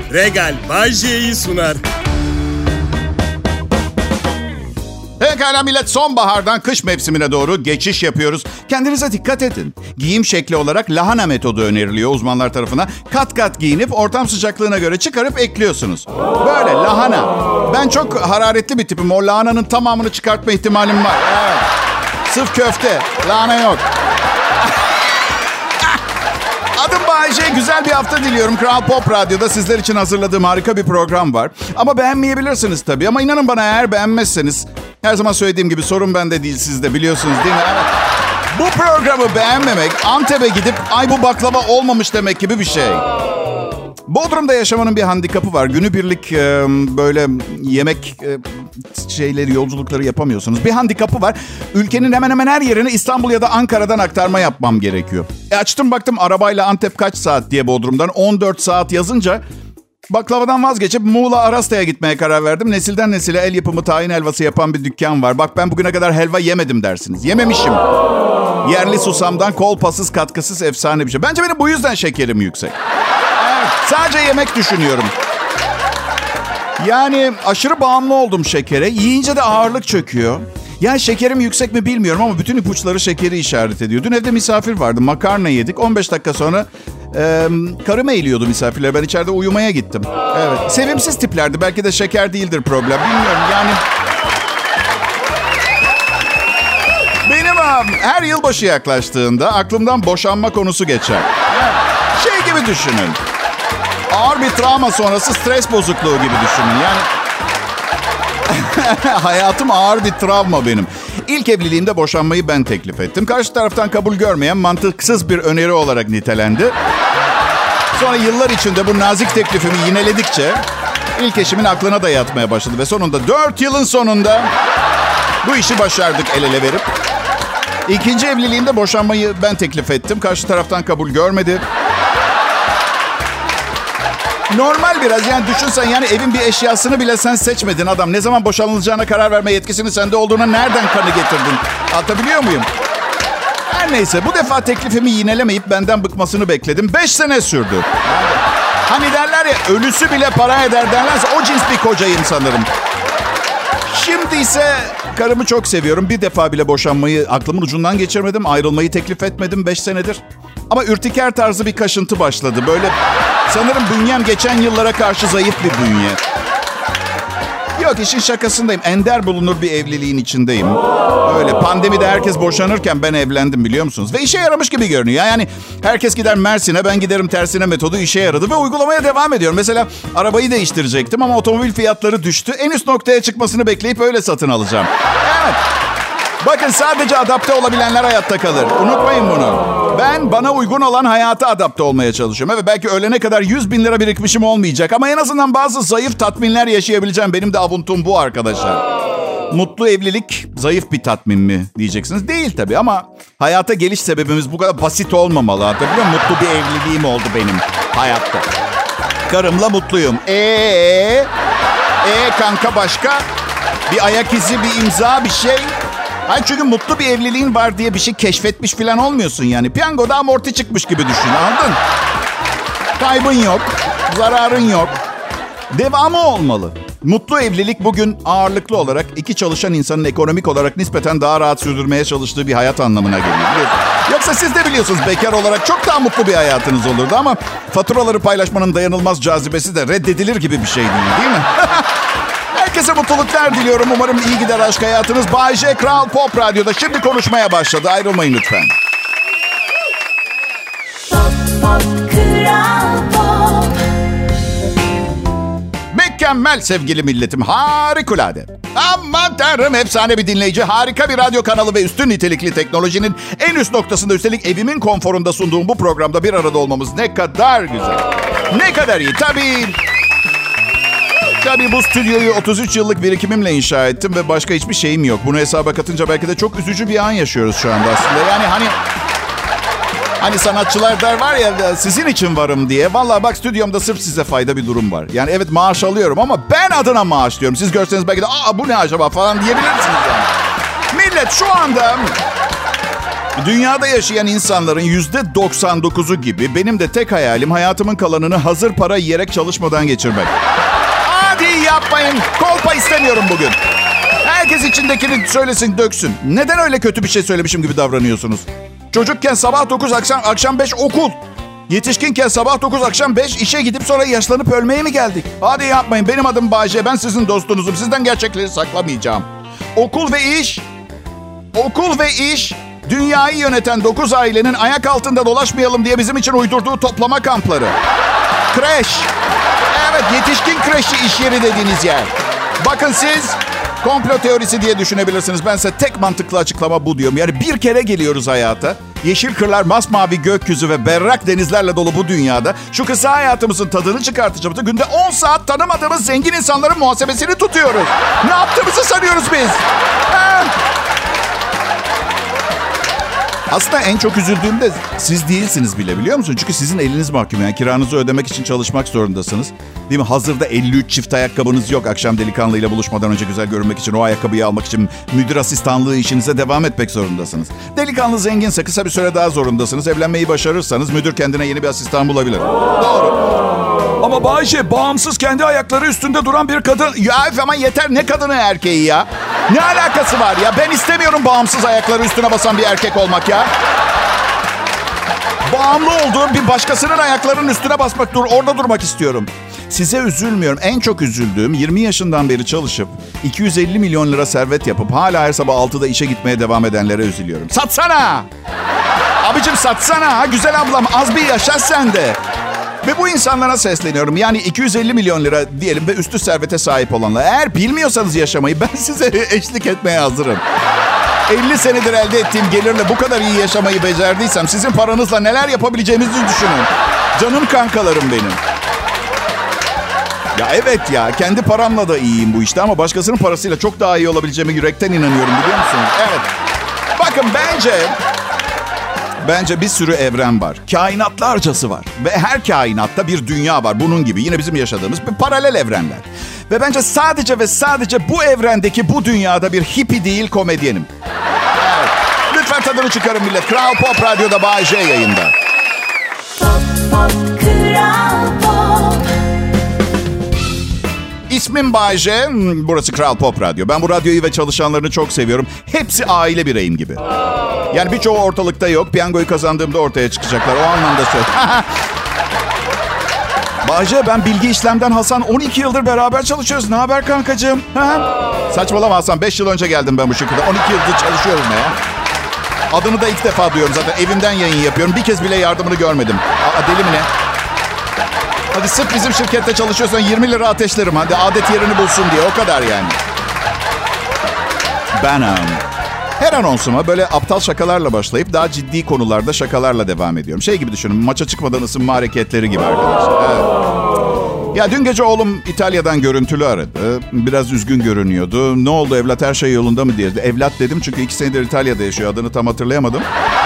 Regal Bajje'yi sunar. Pekala millet, sonbahardan kış mevsimine doğru geçiş yapıyoruz. Kendinize dikkat edin. Giyim şekli olarak lahana metodu öneriliyor uzmanlar tarafından. Kat kat giyinip ortam sıcaklığına göre çıkarıp ekliyorsunuz. Böyle lahana. Ben çok hararetli bir tipim. O lahananın tamamını çıkartma ihtimalim var. Evet. Sırf köfte. Lahana yok. Adım Bayece. Güzel bir hafta diliyorum. Kral Pop Radyo'da sizler için hazırladığım harika bir program var. Ama beğenmeyebilirsiniz tabii. Ama inanın bana, eğer beğenmezseniz, her zaman söylediğim gibi sorun bende değil, sizde, biliyorsunuz değil mi? Evet. Bu programı beğenmemek, Antep'e gidip ay bu baklava olmamış demek gibi bir şey. Bodrum'da yaşamanın bir handikapı var. Günübirlik böyle yemek şeyleri, yolculukları yapamıyorsunuz. Bir handikapı var. Ülkenin hemen hemen her yerini İstanbul ya da Ankara'dan aktarma yapmam gerekiyor. Açtım baktım arabayla Antep kaç saat diye Bodrum'dan. 14 saat yazınca baklavadan vazgeçip Muğla Arasta'ya gitmeye karar verdim. Nesilden nesile el yapımı tahin helvası yapan bir dükkan var. Bak ben bugüne kadar helva yemedim dersiniz. Yememişim. Yerli susamdan kolpasız, katkısız, efsane bir şey. Bence benim bu yüzden şekerim yüksek. Evet, sadece yemek düşünüyorum. Yani aşırı bağımlı oldum şekere. Yiyince de ağırlık çöküyor. Yani şekerim yüksek mi bilmiyorum ama bütün ipuçları şekeri işaret ediyor. Dün evde misafir vardı. Makarna yedik. 15 dakika sonra karım eğiliyordu misafirler. Ben içeride uyumaya gittim. Evet. Sevimsiz tiplerdi. Belki de şeker değildir problem. Bilmiyorum yani. Benim her yılbaşı yaklaştığında aklımdan boşanma konusu geçer. Şey gibi düşünün. Ağır bir travma sonrası stres bozukluğu gibi düşünün. Yani hayatım ağır bir travma benim. İlk evliliğimde boşanmayı ben teklif ettim. Karşı taraftan kabul görmeyen mantıksız bir öneri olarak nitelendi. Sonra yıllar içinde bu nazik teklifimi yineledikçe ilk eşimin aklına da yatmaya başladı. Ve sonunda 4 yılın sonunda bu işi başardık el ele verip. İkinci evliliğimde boşanmayı ben teklif ettim. Karşı taraftan kabul görmedi. Normal biraz, yani düşünsen, yani evin bir eşyasını bile sen seçmedin adam. Ne zaman boşanılacağına karar verme yetkisinin sende olduğuna nereden kanı getirdin? Anlatabiliyor muyum? Her neyse, bu defa teklifimi yinelemeyip benden bıkmasını bekledim. 5 sene sürdü. Hani derler ya, ölüsü bile para eder derlerse o cins bir kocayım sanırım. Şimdi ise karımı çok seviyorum. Bir defa bile boşanmayı aklımın ucundan geçirmedim. Ayrılmayı teklif etmedim 5 senedir. Ama ürtiker tarzı bir kaşıntı başladı. Böyle sanırım bünyem geçen yıllara karşı zayıf bir bünye. Yok, işin şakasındayım. Ender bulunur bir evliliğin içindeyim. Öyle pandemide herkes boşanırken ben evlendim, biliyor musunuz? Ve işe yaramış gibi görünüyor. Yani herkes gider Mersin'e, ben giderim tersine metodu işe yaradı ve uygulamaya devam ediyorum. Mesela arabayı değiştirecektim ama otomobil fiyatları düştü. En üst noktaya çıkmasını bekleyip öyle satın alacağım. Evet. Bakın, sadece adapte olabilenler hayatta kalır. Unutmayın bunu. Ben bana uygun olan hayata adapte olmaya çalışıyorum. Evet, belki ölene kadar 100 bin lira birikmişim olmayacak. Ama en azından bazı zayıf tatminler yaşayabileceğim. Benim de avuntum bu arkadaşlar. Mutlu evlilik zayıf bir tatmin mi diyeceksiniz. Değil tabii ama hayata geliş sebebimiz bu kadar basit olmamalı. Anlatabiliyor muyum? Mutlu bir evliliğim oldu benim hayatta. Karımla mutluyum. Kanka başka? Bir ayak izi, bir imza, bir şey. Hayır, çünkü mutlu bir evliliğin var diye bir şey keşfetmiş falan olmuyorsun yani. Piyangoda amorti çıkmış gibi düşün, anladın? Kaybın yok, zararın yok. Devamı olmalı. Mutlu evlilik bugün ağırlıklı olarak iki çalışan insanın ekonomik olarak nispeten daha rahat sürdürmeye çalıştığı bir hayat anlamına geliyor. Yoksa siz de biliyorsunuz, bekar olarak çok daha mutlu bir hayatınız olurdu ama faturaları paylaşmanın dayanılmaz cazibesi de reddedilir gibi bir şey değil mi? Herkese mutluluklar diliyorum. Umarım iyi gider aşk hayatınız. Bay J, Kral Pop Radyo'da şimdi konuşmaya başladı. Ayrılmayın lütfen. Pop, pop, Kral Pop. Mükemmel sevgili milletim. Harikulade. Aman tanrım, efsane bir dinleyici. Harika bir radyo kanalı ve üstün nitelikli teknolojinin en üst noktasında, üstelik evimin konforunda sunduğum bu programda bir arada olmamız ne kadar güzel. Ne kadar iyi. Tabii bu stüdyoyu 33 yıllık birikimimle inşa ettim ve başka hiçbir şeyim yok. Bunu hesaba katınca belki de çok üzücü bir an yaşıyoruz şu anda aslında. Yani hani sanatçılar der var ya, sizin için varım diye. Vallahi bak, stüdyomda sırf size fayda bir durum var. Yani evet, maaş alıyorum ama ben adına maaş diyorum. Siz görseniz belki de bu ne acaba falan diyebilirsiniz yani. Millet, şu anda Dünyada yaşayan insanların %99'u gibi benim de tek hayalim hayatımın kalanını hazır para yiyerek çalışmadan geçirmek. Hadi yapmayın. Kolpa istemiyorum bugün. Herkes içindekini söylesin, döksün. Neden öyle kötü bir şey söylemişim gibi davranıyorsunuz? Çocukken sabah 9, akşam 5 okul. Yetişkinken sabah 9, akşam 5 işe gidip sonra yaşlanıp ölmeye mi geldik? Hadi yapmayın. Benim adım Bayce. Ben sizin dostunuzum. Sizden gerçekleri saklamayacağım. Okul ve iş dünyayı yöneten 9 ailenin ayak altında dolaşmayalım diye bizim için uydurduğu toplama kampları. Kreş. Evet, yetişkin kreşi iş yeri dediğiniz yer. Bakın siz komplo teorisi diye düşünebilirsiniz. Bense tek mantıklı açıklama bu diyorum. Yani bir kere geliyoruz hayata. Yeşil kırlar, masmavi gökyüzü ve berrak denizlerle dolu bu dünyada şu kısa hayatımızın tadını çıkartacağımızda günde 10 saat tanımadığımız zengin insanların muhasebesini tutuyoruz. Ne yaptığımızı sanıyoruz biz? Ha? Aslında en çok üzüldüğüm de siz değilsiniz bile, biliyor musun? Çünkü sizin eliniz mahkum. Yani kiranızı ödemek için çalışmak zorundasınız. Değil mi? Hazırda 53 çift ayakkabınız yok. Akşam delikanlıyla buluşmadan önce güzel görünmek için, o ayakkabıyı almak için müdür asistanlığı işinize devam etmek zorundasınız. Delikanlı zenginse kısa bir süre daha zorundasınız. Evlenmeyi başarırsanız müdür kendine yeni bir asistan bulabilir. Doğru. Ama Bayce, bağımsız kendi ayakları üstünde duran bir kadın... Ya ama yeter, ne kadını erkeği ya? Ne alakası var ya? Ben istemiyorum bağımsız ayakları üstüne basan bir erkek olmak ya. Bağımlı olduğum bir başkasının ayaklarının üstüne basmak, orada durmak istiyorum. Size üzülmüyorum. En çok üzüldüğüm 20 yaşından beri çalışıp 250 milyon lira servet yapıp hala her sabah 6'da işe gitmeye devam edenlere üzülüyorum. Satsana! Abicim satsana! Ha, güzel ablam, az bir yaşa sen de. Ve bu insanlara sesleniyorum. Yani 250 milyon lira diyelim ve üstü servete sahip olanlar. Eğer bilmiyorsanız yaşamayı, ben size eşlik etmeye hazırım. 50 senedir elde ettiğim gelirle bu kadar iyi yaşamayı becerdiysem sizin paranızla neler yapabileceğimizi düşünün. Canım kankalarım benim. Ya evet ya, kendi paramla da iyiyim bu işte ama başkasının parasıyla çok daha iyi olabileceğime yürekten inanıyorum, biliyor musunuz? Evet. Bakın Bence bir sürü evren var. Kainatlarcası var. Ve her kainatta bir dünya var. Bunun gibi yine bizim yaşadığımız bir paralel evrenler. Ve bence sadece ve sadece bu evrendeki bu dünyada bir hippie değil komedyenim. Evet. Lütfen tadını çıkarın millet. Kral Pop Radyo'da Bay J yayında. Pop, pop, Kral Pop. İsmim Bay J. Burası Kral Pop Radyo. Ben bu radyoyu ve çalışanlarını çok seviyorum. Hepsi aile bireyim gibi. Yani birçoğu ortalıkta yok. Piyangoyu kazandığımda ortaya çıkacaklar. O anlamda söylüyorum. Bay J, ben Bilgi İşlem'den Hasan. 12 yıldır beraber çalışıyoruz. Ne haber kankacığım? Saçmalama Hasan. 5 yıl önce geldim ben bu şirkete. 12 yıldır çalışıyorum ne ya? Adını da ilk defa duyuyorum zaten. Evimden yayın yapıyorum. Bir kez bile yardımını görmedim. Deli mi ne? Hadi sırf bizim şirkette çalışıyorsan 20 lira ateşlerim. Hadi adet yerini bulsun diye. O kadar yani. Ben her anonsuma böyle aptal şakalarla başlayıp daha ciddi konularda şakalarla devam ediyorum. Şey gibi düşünün, maça çıkmadan ısınma hareketleri gibi arkadaşlar. Evet. Ya dün gece oğlum İtalya'dan görüntülü aradı. Biraz üzgün görünüyordu. Ne oldu evlat, her şey yolunda mı diye. Evlat dedim çünkü 2 senedir İtalya'da yaşıyor. Adını tam hatırlayamadım.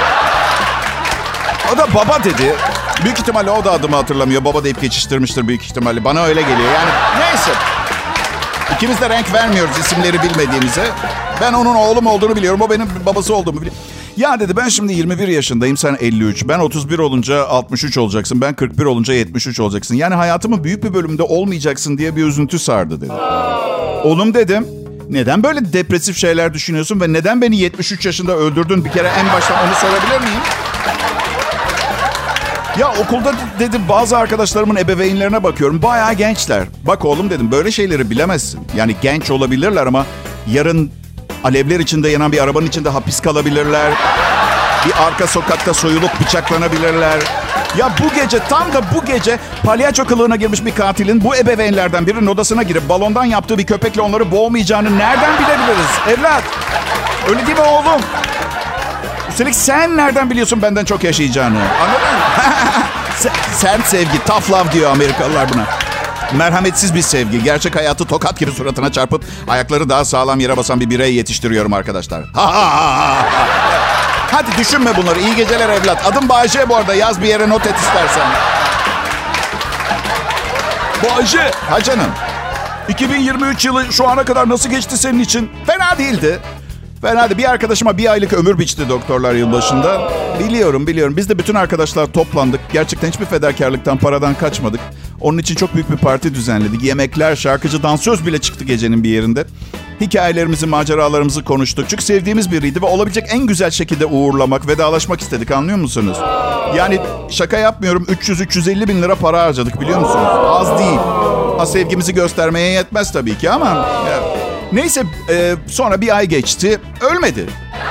O da baba dedi. Büyük ihtimalle o da adımı hatırlamıyor. Baba deyip geçiştirmiştir büyük ihtimalle. Bana öyle geliyor. Yani neyse. İkimiz de renk vermiyoruz isimleri bilmediğimize. Ben onun oğlum olduğunu biliyorum. O benim babası olduğumu biliyor. Ya dedi, ben şimdi 21 yaşındayım, sen 53. Ben 31 olunca 63 olacaksın. Ben 41 olunca 73 olacaksın. Yani hayatımın büyük bir bölümünde olmayacaksın diye bir üzüntü sardı dedi. Oğlum dedim, neden böyle depresif şeyler düşünüyorsun ve neden beni 73 yaşında öldürdün? Bir kere en baştan onu sorabilir miyim? Ya okulda dedim bazı arkadaşlarımın ebeveynlerine bakıyorum. Bayağı gençler. Bak oğlum dedim, böyle şeyleri bilemezsin. Yani genç olabilirler ama yarın alevler içinde yanan bir arabanın içinde hapis kalabilirler. Bir arka sokakta soyulup bıçaklanabilirler. Ya bu gece, tam da bu gece palyaço kılığına girmiş bir katilin bu ebeveynlerden birinin odasına girip balondan yaptığı bir köpekle onları boğmayacağını nereden bilebiliriz? Evlat, öyle değil mi oğlum? Üstelik sen nereden biliyorsun benden çok yaşayacağını? Anladın mı? Sen sevgi, tough love diyor Amerikalılar buna. Merhametsiz bir sevgi. Gerçek hayatı tokat gibi suratına çarpıp ayakları daha sağlam yere basan bir birey yetiştiriyorum arkadaşlar. Hadi düşünme bunları. İyi geceler evlat. Adım Bayce bu arada. Yaz bir yere, not et istersen. Bayce. Ha canım. 2023 yılı şu ana kadar nasıl geçti senin için? Fena değildi. Fena değil. Bir arkadaşıma 1 aylık ömür biçti doktorlar yılbaşında. Biliyorum. Biz de bütün arkadaşlar toplandık. Gerçekten hiçbir fedakarlıktan, paradan kaçmadık. Onun için çok büyük bir parti düzenledik. Yemekler, şarkıcı, dansöz bile çıktı gecenin bir yerinde. Hikayelerimizi, maceralarımızı konuştuk. Çünkü sevdiğimiz biriydi ve olabilecek en güzel şekilde uğurlamak, vedalaşmak istedik, anlıyor musunuz? Yani şaka yapmıyorum, 300-350 bin lira para harcadık, biliyor musunuz? Az değil. Ha, sevgimizi göstermeye yetmez tabii ki ama... Neyse, sonra 1 ay geçti. Ölmedi.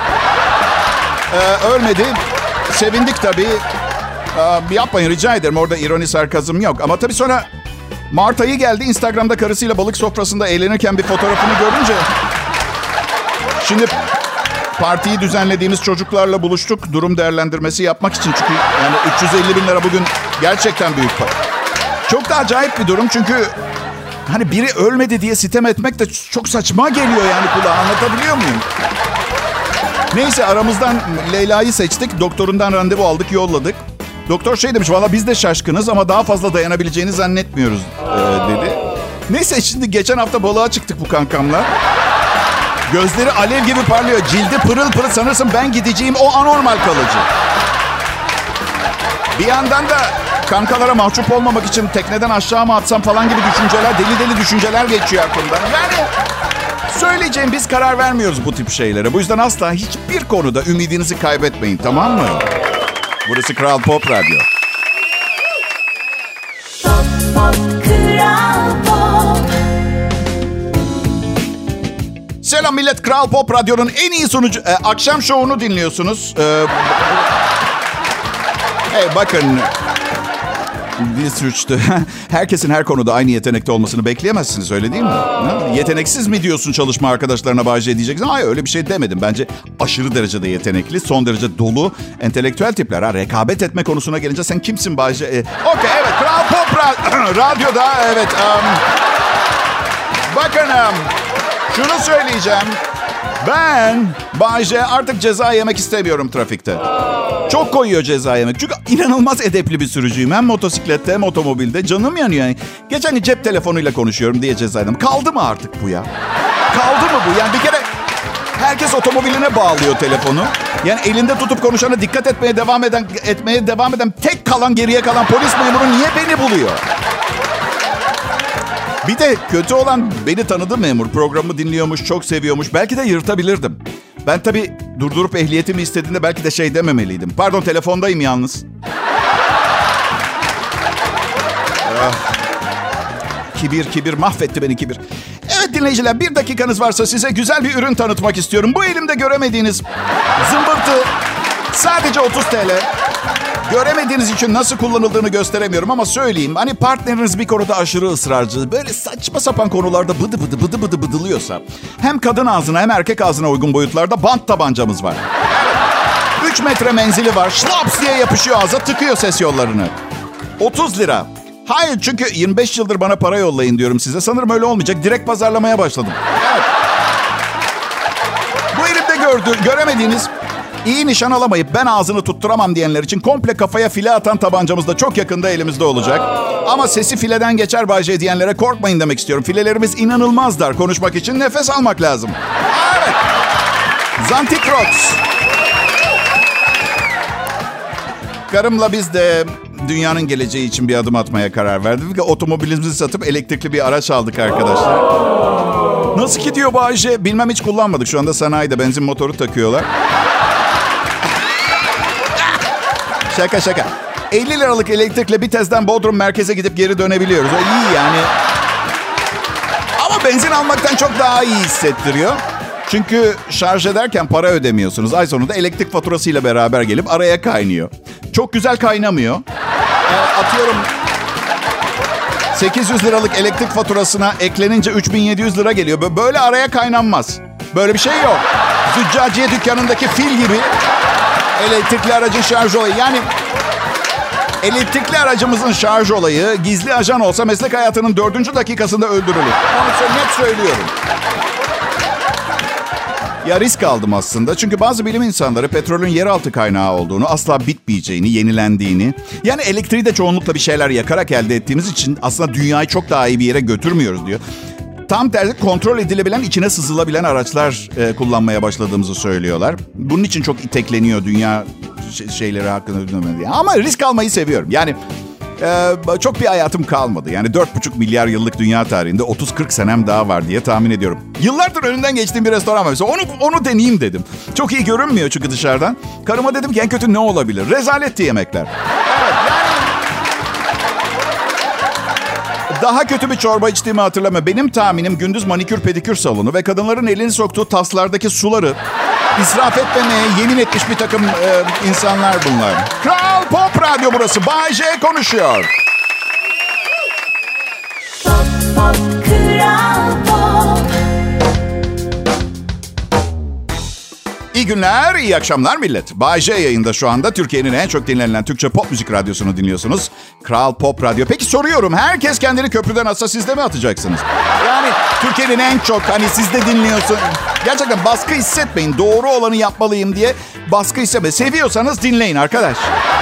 Ölmedi. Sevindik tabii. Yapmayın, rica ederim. Orada ironi, sarkazm yok. Ama tabii sonra Mart ayı geldi. Instagram'da karısıyla balık sofrasında eğlenirken bir fotoğrafını görünce... Şimdi partiyi düzenlediğimiz çocuklarla buluştuk. Durum değerlendirmesi yapmak için. Çünkü yani 350 bin lira bugün gerçekten büyük para. Çok da acayip bir durum çünkü... Hani biri ölmedi diye sitem etmek de çok saçma geliyor yani kulağa. Anlatabiliyor muyum? Neyse, aramızdan Leyla'yı seçtik. Doktorundan randevu aldık, yolladık. Doktor şey demiş, valla biz de şaşkınız ama daha fazla dayanabileceğini zannetmiyoruz dedi. Neyse, şimdi geçen hafta balığa çıktık bu kankamla. Gözleri alev gibi parlıyor. Cildi pırıl pırıl, sanırsın ben gideceğim, o anormal kalıcı. Bir yandan da kankalara mahcup olmamak için tekneden aşağı mı atsam falan gibi düşünceler, deli düşünceler geçiyor aklımdan. Yani söyleyeceğim, biz karar vermiyoruz bu tip şeylere. Bu yüzden asla hiçbir konuda ümidinizi kaybetmeyin, tamam mı? Burası Kral Pop Radyo. Pop, pop, Kral Pop. Selam millet, Kral Pop Radyo'nun en iyi sunucu... akşam şovunu dinliyorsunuz. Hey bakın... Herkesin her konuda aynı yetenekte olmasını bekleyemezsiniz, öyle değil mi? Ha? Yeteneksiz mi diyorsun çalışma arkadaşlarına Bayce diyeceksin? Hayır, öyle bir şey demedim. Bence aşırı derecede yetenekli, son derece dolu, entelektüel tipler. Ha, rekabet etme konusuna gelince sen kimsin Bayce? Okey, evet, Kral Pop Radyo'da, evet. Bakın, şunu söyleyeceğim. Ben Bayce artık ceza yemek istemiyorum trafikte. Çok koyuyor ceza yemek. Çünkü inanılmaz edepli bir sürücüyüm. Hem motosiklette hem otomobilde. Canım yanıyor yani. Geçen gün cep telefonuyla konuşuyorum diye ceza yedim. Kaldı mı artık bu ya? Kaldı mı bu? Yani bir kere herkes otomobiline bağlıyor telefonu. Yani elinde tutup konuşana dikkat etmeye devam eden tek kalan, geriye kalan polis memuru niye beni buluyor? Bir de kötü olan, beni tanıdı memur. Programı dinliyormuş, çok seviyormuş. Belki de yırtabilirdim. Ben tabii durdurup ehliyetimi istediğinde belki de şey dememeliydim. Pardon, telefondayım yalnız. Kibir mahvetti beni, kibir. Evet dinleyiciler, 1 dakikanız varsa size güzel bir ürün tanıtmak istiyorum. Bu elimde göremediğiniz zımbırtı sadece 30 TL. Göremediğiniz için nasıl kullanıldığını gösteremiyorum ama söyleyeyim. Hani partneriniz bir konuda aşırı ısrarcı, böyle saçma sapan konularda bıdı bıdılıyorsa, hem kadın ağzına hem erkek ağzına uygun boyutlarda bant tabancamız var. 3 metre menzili var. Şlaps diye yapışıyor ağza, tıkıyor ses yollarını. 30 lira. Hayır, çünkü 25 yıldır bana para yollayın diyorum size. Sanırım öyle olmayacak. Direkt pazarlamaya başladım. Evet. Bu elimde göremediğiniz, iyi nişan alamayıp ben ağzını tutturamam diyenler için komple kafaya file atan tabancamız da çok yakında elimizde olacak. Ama sesi fileden geçer Bayce diyenlere korkmayın demek istiyorum. Filelerimiz inanılmaz dar. Konuşmak için nefes almak lazım. Evet. Zantikrox. Karımla biz de dünyanın geleceği için bir adım atmaya karar verdik. Otomobilimizi satıp elektrikli bir araç aldık arkadaşlar. Nasıl gidiyor Bayce? Bilmem, hiç kullanmadık. Şu anda sanayide benzin motoru takıyorlar. Şaka. 50 liralık elektrikle Bitez'den Bodrum merkeze gidip geri dönebiliyoruz. O iyi yani. Ama benzin almaktan çok daha iyi hissettiriyor. Çünkü şarj ederken para ödemiyorsunuz. Ay sonunda elektrik faturasıyla beraber gelip araya kaynıyor. Çok güzel kaynamıyor. Atıyorum 800 liralık elektrik faturasına eklenince 3700 lira geliyor. Böyle araya kaynanmaz. Böyle bir şey yok. Züccaciye dükkanındaki fil gibi elektrikli aracın şarj olayı. Yani elektrikli aracımızın şarj olayı gizli ajan olsa meslek hayatının 4. dakikasında öldürülür. Onu net söylüyorum. Ya risk aldım aslında. Çünkü bazı bilim insanları petrolün yeraltı kaynağı olduğunu, asla bitmeyeceğini, yenilendiğini... Yani elektriği de çoğunlukla bir şeyler yakarak elde ettiğimiz için aslında dünyayı çok daha iyi bir yere götürmüyoruz diyor. Tam tersi kontrol edilebilen, içine sızılabilen araçlar kullanmaya başladığımızı söylüyorlar. Bunun için çok itekleniyor dünya şeyleri hakkında. Ama risk almayı seviyorum. Yani çok bir hayatım kalmadı. Yani 4,5 milyar yıllık dünya tarihinde 30-40 senem daha var diye tahmin ediyorum. Yıllardır önünden geçtiğim bir restoran var mesela. Onu deneyeyim dedim. Çok iyi görünmüyor çünkü dışarıdan. Karıma dedim ki en kötü ne olabilir? Rezaletti yemekler. Evet, yani... Daha kötü bir çorba içtiğimi hatırlamıyorum. Benim tahminim gündüz manikür pedikür salonu ve kadınların elini soktuğu taslardaki suları israf etmemeye yemin etmiş bir takım insanlar bunlar. Kral Pop Radyo burası. Bay J konuşuyor. Pop, pop, Kral Pop. İyi günler, iyi akşamlar millet. Bay J yayında şu anda. Türkiye'nin en çok dinlenilen Türkçe pop müzik radyosunu dinliyorsunuz. Kral Pop Radyo. Peki soruyorum, herkes kendini köprüden atsa siz de mi atacaksınız? Yani Türkiye'nin en çok, hani siz de dinliyorsun. Gerçekten baskı hissetmeyin. Doğru olanı yapmalıyım diye baskı hissetmeyin. Seviyorsanız dinleyin arkadaş.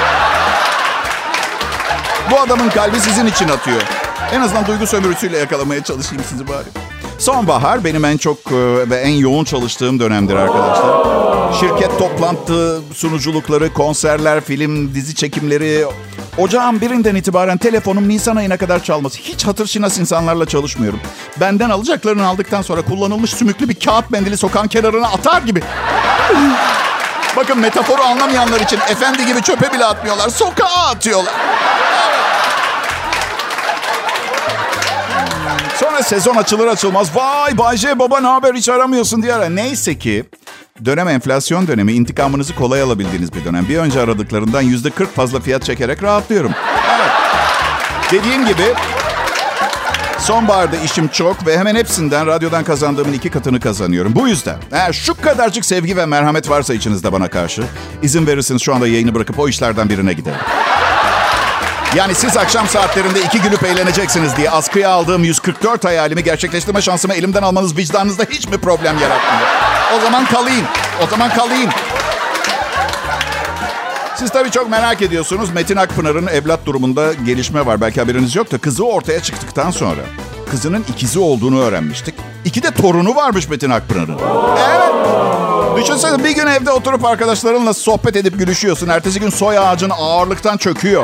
Bu adamın kalbi sizin için atıyor. En azından duygu sömürüsüyle yakalamaya çalışayım sizi bari. Sonbahar benim en çok ve en yoğun çalıştığım dönemdir arkadaşlar. Şirket toplantı sunuculukları, konserler, film, dizi çekimleri. Ocağın birinden itibaren telefonum Nisan ayına kadar çalması. Hiç hatırşinas insanlarla çalışmıyorum. Benden alacaklarını aldıktan sonra kullanılmış sümüklü bir kağıt mendili sokağın kenarına atar gibi. Bakın, metaforu anlamayanlar için efendi gibi çöpe bile atmıyorlar. Sokağa atıyorlar. Sonra sezon açılır açılmaz vay Bay J baba ne haber hiç aramıyorsun diye. Neyse ki dönem enflasyon dönemi, intikamınızı kolay alabildiğiniz bir dönem. Bir önce aradıklarından %40 fazla fiyat çekerek rahatlıyorum. Evet. Dediğim gibi sonbaharda işim çok ve hemen hepsinden radyodan kazandığımın 2 katını kazanıyorum. Bu yüzden eğer şu kadarcık sevgi ve merhamet varsa içinizde bana karşı, izin verirseniz şu anda yayını bırakıp o işlerden birine gidelim. Yani siz akşam saatlerinde 2 gülüp eğleneceksiniz diye askıya aldığım 144 hayalimi gerçekleştirme şansımı elimden almanız vicdanınızda hiç mi problem yaratmıyor? O zaman kalayım. Siz tabii çok merak ediyorsunuz. Metin Akpınar'ın evlat durumunda gelişme var. Belki haberiniz yok da kızı ortaya çıktıktan sonra kızının ikizi olduğunu öğrenmiştik. 2 de torunu varmış Metin Akpınar'ın. Evet. Düşünsene, bir gün evde oturup arkadaşlarınla sohbet edip gülüşüyorsun. Ertesi gün soy ağacın ağırlıktan çöküyor.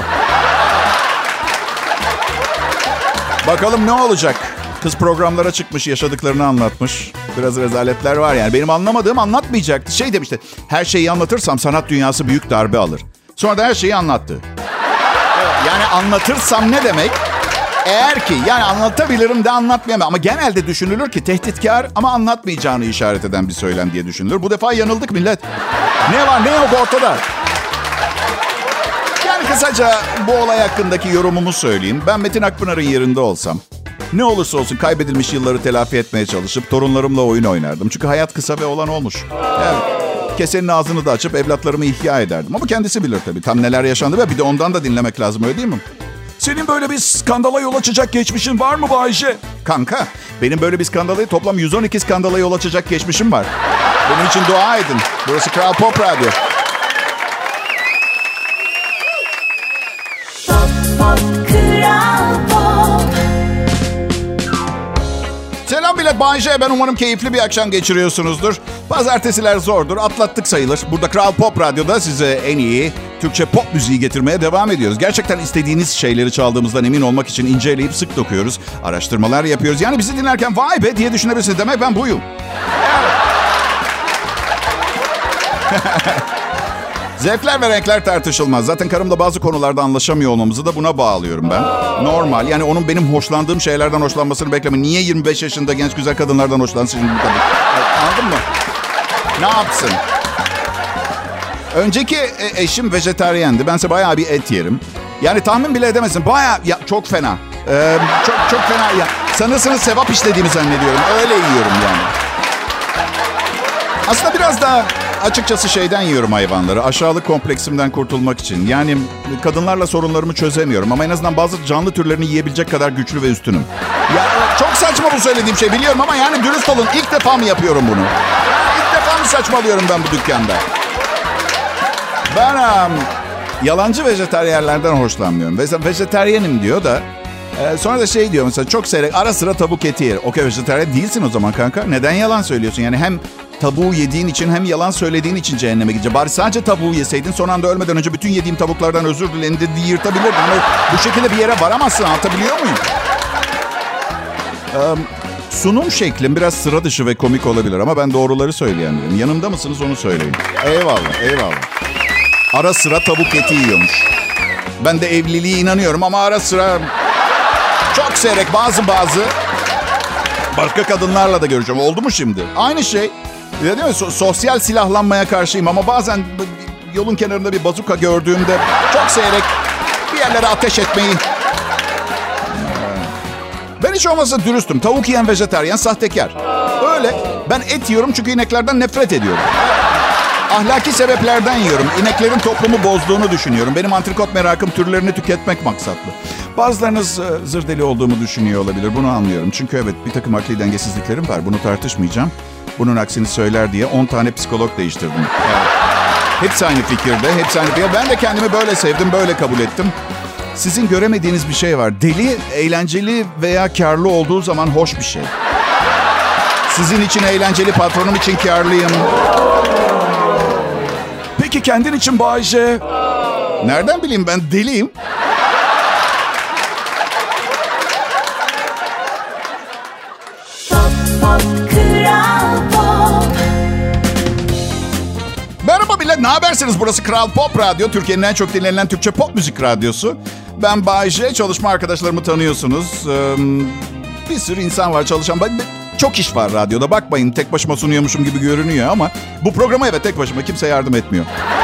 Bakalım ne olacak? Kız programlara çıkmış, yaşadıklarını anlatmış. Biraz rezaletler var yani. Benim anlamadığım anlatmayacaktı. Şey demişti, her şeyi anlatırsam sanat dünyası büyük darbe alır. Sonra da her şeyi anlattı. Yani anlatırsam ne demek? Eğer ki yani anlatabilirim de anlatmayamam. Ama genelde düşünülür ki tehditkar ama anlatmayacağını işaret eden bir söylem diye düşünülür. Bu defa yanıldık millet. Ne var ne yok ortada. Yani kısaca bu olay hakkındaki yorumumu söyleyeyim. Ben Metin Akpınar'ın yerinde olsam ne olursa olsun kaybedilmiş yılları telafi etmeye çalışıp torunlarımla oyun oynardım. Çünkü hayat kısa ve olan olmuş. Evet. Kesenin ağzını da açıp evlatlarımı ihya ederdim. Ama kendisi bilir tabii tam neler yaşandı ve bir de ondan da dinlemek lazım, öyle değil mi? Senin böyle bir skandala yol açacak geçmişin var mı Bayşe? Kanka, benim böyle bir skandala toplam 112 skandala yol açacak geçmişim var. Benim için dua edin. Burası Kral Pop Radyo. Pop, pop, Kral Pop. Selam millet, Bayşe ben. Umarım keyifli bir akşam geçiriyorsunuzdur. Pazartesiler zordur, atlattık sayılır. Burada Kral Pop Radyo'da size en iyi Türkçe pop müziği getirmeye devam ediyoruz. Gerçekten istediğiniz şeyleri çaldığımızdan emin olmak için inceleyip sık dokuyoruz. Araştırmalar yapıyoruz. Yani bizi dinlerken vay be diye düşünebilirsiniz. Demek ben buyum. Zevkler ve renkler tartışılmaz. Zaten karımla bazı konularda anlaşamıyor olmamızı da buna bağlıyorum ben. Normal. Yani onun benim hoşlandığım şeylerden hoşlanmasını bekleme. Niye 25 yaşında genç güzel kadınlardan hoşlansın şimdi bu kadın? Anladın mı? Ne yapsın? Önceki eşim vejetaryendi. Bense bayağı bir et yerim. Yani tahmin bile edemezsin. Bayağı ya, çok fena. Çok fena ya. Sanırsınız sevap işlediğimi zannediyorum. Öyle yiyorum yani. Aslında biraz da açıkçası şeyden yiyorum hayvanları. Aşağılık kompleksimden kurtulmak için. Yani kadınlarla sorunlarımı çözemiyorum. Ama en azından bazı canlı türlerini yiyebilecek kadar güçlü ve üstünüm. Ya çok saçma bu söylediğim şey biliyorum ama yani dürüst olun. İlk defa mı yapıyorum bunu? İlk defa mı saçmalıyorum ben bu dükkanda? Ben yalancı vejetaryenlerden hoşlanmıyorum. Vejetaryenim diyor da Sonra da şey diyor mesela, çok seyrek ara sıra tavuk eti yer. Okey, vejetaryen değilsin o zaman kanka. Neden yalan söylüyorsun? Yani hem tavuğu yediğin için hem yalan söylediğin için cehenneme gideceksin. Bari sadece tavuğu yeseydin, son anda ölmeden önce bütün yediğim tavuklardan özür dilerini de yırtabilirdin. Ama bu şekilde bir yere varamazsın, anlatabiliyor muyum? Sunum şeklim biraz sıra dışı ve komik olabilir ama ben doğruları söyleyen biriyim. Yanımda mısınız onu söyleyin. Eyvallah, eyvallah. Ara sıra tavuk eti yiyormuş. Ben de evliliğe inanıyorum ama ara sıra çok seyrek bazı başka kadınlarla da göreceğim. Oldu mu şimdi? Aynı şey. Değil mi? Sosyal silahlanmaya karşıyım ama bazen yolun kenarında bir bazuka gördüğümde çok seyrek bir yerlere ateş etmeyi... Ben hiç olmazsa dürüstüm. Tavuk yiyen vejetaryen sahtekar. Öyle. Ben et yiyorum çünkü ineklerden nefret ediyorum. Ahlaki sebeplerden yiyorum. İneklerin toplumu bozduğunu düşünüyorum. Benim antrikot merakım türlerini tüketmek maksatlı. Bazılarınız zır deli olduğumu düşünüyor olabilir. Bunu anlıyorum. Çünkü evet, bir takım akli dengesizliklerim var. Bunu tartışmayacağım. Bunun aksini söyler diye 10 tane psikolog değiştirdim. Evet. Hepsi aynı fikirde. Hepsi aynı fikirde. Ben de kendimi böyle sevdim, böyle kabul ettim. Sizin göremediğiniz bir şey var. Deli, eğlenceli veya karlı olduğu zaman hoş bir şey. Sizin için eğlenceli, patronum için karlıyım. Peki kendin için Bayce? Nereden bileyim, ben deliyim. Pop, pop, Kral Pop. Merhaba millet, ne habersiniz? Burası Kral Pop Radyo. Türkiye'nin en çok dinlenilen Türkçe pop müzik radyosu. Ben Bayce, çalışma arkadaşlarımı tanıyorsunuz. Bir sürü insan var çalışan. Çok iş var radyoda. Bakmayın, tek başıma sunuyormuşum gibi görünüyor ama bu programa evet tek başıma, kimse yardım etmiyor.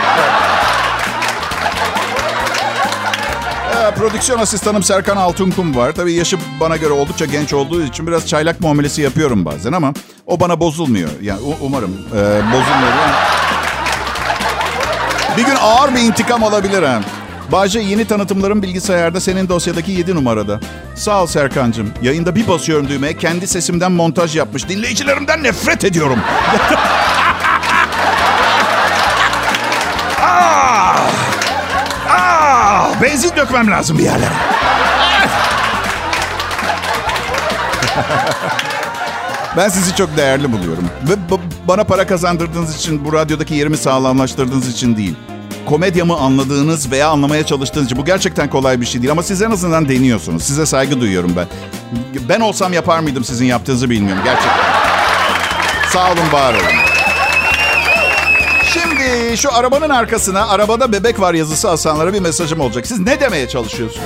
Prodüksiyon asistanım Serkan Altunkum var. Tabii yaşı bana göre oldukça genç olduğu için biraz çaylak muamelesi yapıyorum bazen ama o bana bozulmuyor. Yani umarım bozulmuyor. Yani. Bir gün ağır bir intikam olabilir ha. Bayce, yeni tanıtımlarım bilgisayarda, senin dosyadaki 7 numarada. Sağ ol Serkancığım. Yayında bir basıyorum düğmeye, kendi sesimden montaj yapmış. Dinleyicilerimden nefret ediyorum. Benzin dökmem lazım bir yerlere. Ben sizi çok değerli buluyorum. Ve bana para kazandırdığınız için, bu radyodaki yerimi sağlamlaştırdığınız için değil. Komedyamı anladığınız veya anlamaya çalıştığınız için. Bu gerçekten kolay bir şey değil ama siz en azından deniyorsunuz. Size saygı duyuyorum ben. Ben olsam yapar mıydım sizin yaptığınızı bilmiyorum gerçekten. Sağ olun, var olun. Şimdi şu arabanın arkasına "arabada bebek var" yazısı asanlara bir mesajım olacak. Siz ne demeye çalışıyorsunuz?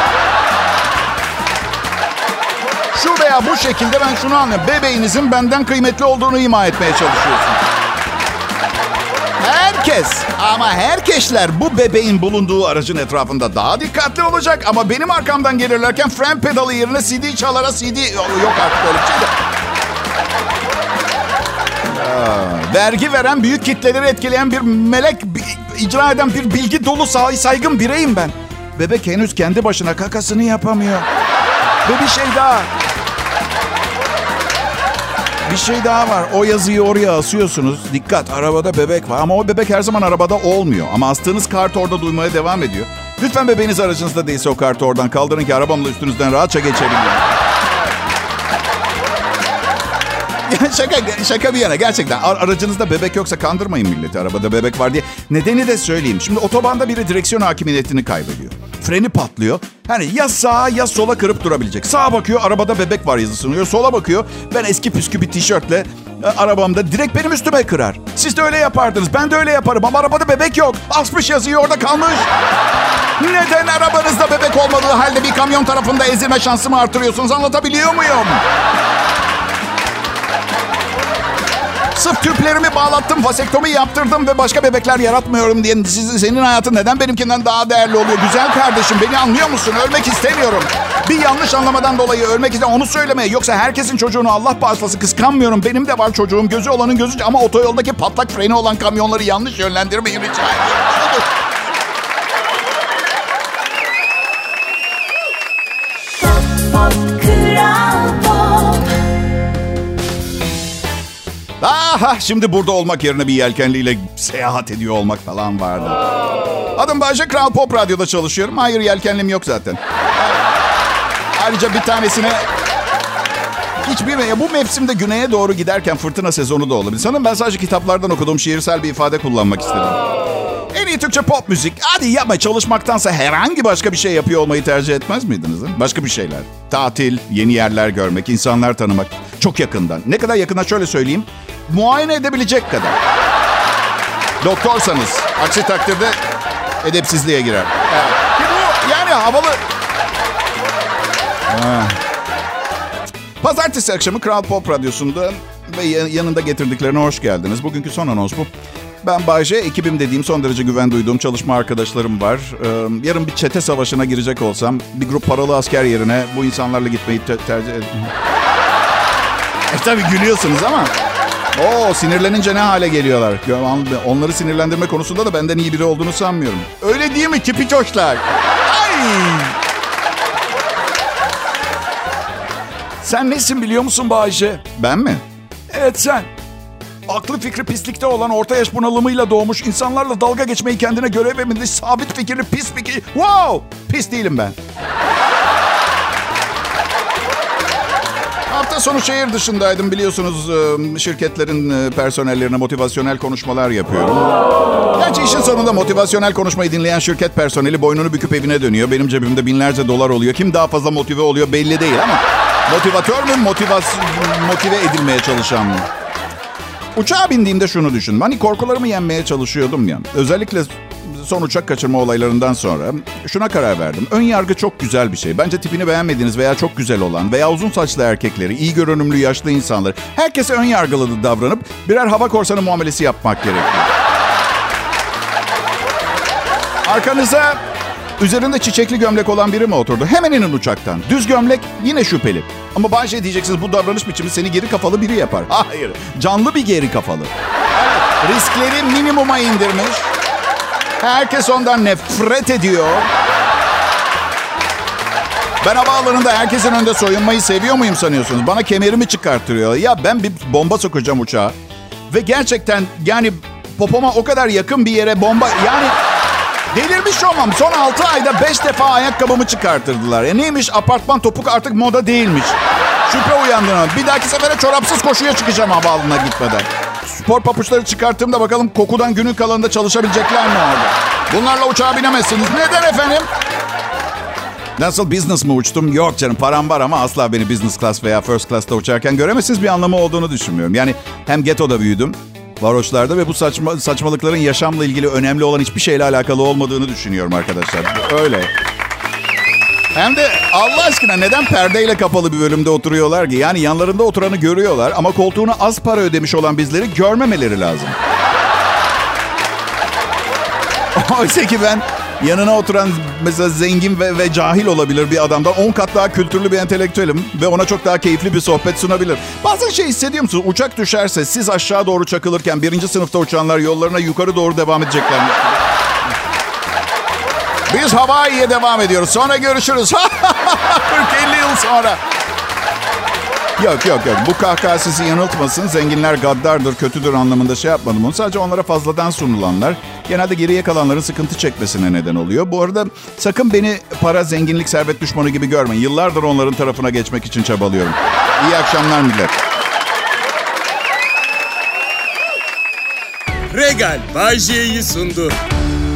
Şu veya bu şekilde ben şunu anlıyorum. Bebeğinizin benden kıymetli olduğunu ima etmeye çalışıyorsunuz. Herkes ama herkesler bu bebeğin bulunduğu aracın etrafında daha dikkatli olacak. Ama benim arkamdan gelirlerken fren pedalı yerine CD çalara CD... Yok artık öyle bir şey de. Vergi veren, büyük kitleleri etkileyen bir melek, icra eden bir bilgi dolu saygın bireyim ben. Bebek henüz kendi başına kakasını yapamıyor. Ve bir şey daha. Bir şey daha var. O yazıyı oraya asıyorsunuz. Dikkat, arabada bebek var. Ama o bebek her zaman arabada olmuyor. Ama astığınız kartı orada duymaya devam ediyor. Lütfen bebeğiniz aracınızda değilse o kartı oradan kaldırın ki arabamla üstünüzden rahatça geçebilirim. Şaka bir yana, gerçekten aracınızda bebek yoksa kandırmayın milleti, arabada bebek var diye. Nedeni de söyleyeyim. Şimdi otobanda biri direksiyon hakimiyetini kaybediyor. Freni patlıyor. Hani ya sağa ya sola kırıp durabilecek. Sağa bakıyor, arabada bebek var yazısı sunuyor. Sola bakıyor, ben eski püskü bir tişörtle arabamda direkt benim üstüme kırar. Siz de öyle yapardınız, ben de öyle yaparım ama arabada bebek yok. Asmış yazıyı, orada kalmış. Neden arabanızda bebek olmadığı halde bir kamyon tarafında ezilme şansımı artırıyorsunuz, anlatabiliyor muyum? Sırf tüplerimi bağlattım, vasektomi yaptırdım ve başka bebekler yaratmıyorum diye senin hayatın neden benimkinden daha değerli oluyor? Güzel kardeşim, beni anlıyor musun? Ölmek istemiyorum. Bir yanlış anlamadan dolayı ölmek istemiyorum. Onu söylemeye. Yoksa herkesin çocuğunu Allah bağışlasın, kıskanmıyorum. Benim de var çocuğum. Gözü olanın gözü. Ama otoyoldaki patlak freni olan kamyonları yanlış yönlendirmeyin rica ediyorum. Aha, şimdi burada olmak yerine bir yelkenliyle seyahat ediyor olmak falan vardı. Adım Bayce, Kral Pop Radyo'da çalışıyorum. Hayır, yelkenlim yok zaten. Ayrıca bir tanesine bu mevsimde güneye doğru giderken fırtına sezonu da olabilir. Sanırım ben sadece kitaplardan okuduğum şiirsel bir ifade kullanmak istedim. En iyi Türkçe pop müzik. Hadi yapma, çalışmaktansa herhangi başka bir şey yapıyor olmayı tercih etmez miydiniz? Başka bir şeyler. Tatil, yeni yerler görmek, insanlar tanımak. Çok yakından. Ne kadar yakından şöyle söyleyeyim. Muayene edebilecek kadar. Doktorsanız. Aksi takdirde edepsizliğe girer. Evet. Bu yani havalı. Pazartesi akşamı Kral Pop Radyosu'nda ve yanında getirdiklerine hoş geldiniz. Bugünkü son anons bu. Ben Bay J, ekibim dediğim son derece güven duyduğum çalışma arkadaşlarım var. Yarın bir çete savaşına girecek olsam bir grup paralı asker yerine bu insanlarla gitmeyi tercih ederim. Tabii gülüyorsunuz ama sinirlenince ne hale geliyorlar. Onları sinirlendirme konusunda da benden iyi biri olduğunu sanmıyorum. Öyle değil mi kipiçoşlar? Ay! Sen nesin biliyor musun Bayce? Ben mi? Evet sen. Aklı fikri pislikte olan orta yaş bunalımıyla doğmuş, insanlarla dalga geçmeyi kendine görev edinmiş, sabit fikirli pis fikir. Wow! Pis değilim ben. Hafta sonu şehir dışındaydım biliyorsunuz. Şirketlerin personellerine motivasyonel konuşmalar yapıyorum. Gerçi işin sonunda motivasyonel konuşmayı dinleyen şirket personeli boynunu büküp evine dönüyor. Benim cebimde binlerce dolar oluyor. Kim daha fazla motive oluyor belli değil ama motivatör mü, motive edilmeye çalışan mı? Uçağa bindiğimde şunu düşün. Hani korkularımı yenmeye çalışıyordum ya. Özellikle son uçak kaçırma olaylarından sonra şuna karar verdim. Ön yargı çok güzel bir şey. Bence tipini beğenmediğiniz veya çok güzel olan veya uzun saçlı erkekleri, iyi görünümlü yaşlı insanları, herkese ön yargılı davranıp birer hava korsanı muamelesi yapmak gerekiyor. Arkanıza üzerinde çiçekli gömlek olan biri mi oturdu? Hemen inin uçaktan. Düz gömlek yine şüpheli. Ama bazı şey diyeceksiniz, bu davranış biçimi seni geri kafalı biri yapar. Hayır, canlı bir geri kafalı. Evet, riskleri minimuma indirmiş. Herkes ondan nefret ediyor. Ben havaalanında herkesin önünde soyunmayı seviyor muyum sanıyorsunuz? Bana kemerimi çıkarttırıyor. Ya ben bir bomba sokacağım uçağa. Ve gerçekten yani popoma o kadar yakın bir yere bomba... Yani delirmiş olmam. Son 6 ayda 5 defa ayakkabımı çıkarttırdılar. Neymiş, apartman topuk artık moda değilmiş. Şüphe uyandırma. Bir dahaki sefere çorapsız koşuya çıkacağım havaalanına gitmeden. Spor papuçları çıkarttığımda bakalım kokudan günün kalanında çalışabilecekler mi orada? Bunlarla uçağa binemezsiniz. Neden efendim? Nasıl, business mı uçtum? Yok canım, param var ama asla beni business class veya first class'ta uçarken göremezsiniz, bir anlamı olduğunu düşünmüyorum. Yani hem ghetto'da büyüdüm, varoşlarda ve bu saçmalıkların yaşamla ilgili önemli olan hiçbir şeyle alakalı olmadığını düşünüyorum arkadaşlar. Öyle. Hem de Allah aşkına neden perdeyle kapalı bir bölümde oturuyorlar ki? Yani yanlarında oturanı görüyorlar ama koltuğuna az para ödemiş olan bizleri görmemeleri lazım. Oysa ki ben yanına oturan mesela zengin ve cahil olabilir bir adamdan 10 kat daha kültürlü bir entelektüelim ve ona çok daha keyifli bir sohbet sunabilir. Bazen şey hissediyor musunuz? Uçak düşerse siz aşağı doğru çakılırken 1. sınıfta uçanlar yollarına yukarı doğru devam edecekler mi? Biz Hawaii'ye devam ediyoruz. Sonra görüşürüz. 40-50 yıl sonra. Yok. Bu kahkaha sizi yanıltmasın. Zenginler gaddardır, kötüdür anlamında şey yapmadım. Onu sadece onlara fazladan sunulanlar genelde geriye kalanların sıkıntı çekmesine neden oluyor. Bu arada sakın beni para, zenginlik, servet düşmanı gibi görmeyin. Yıllardır onların tarafına geçmek için çabalıyorum. İyi akşamlar millet. Regal Bay J'yi sundu.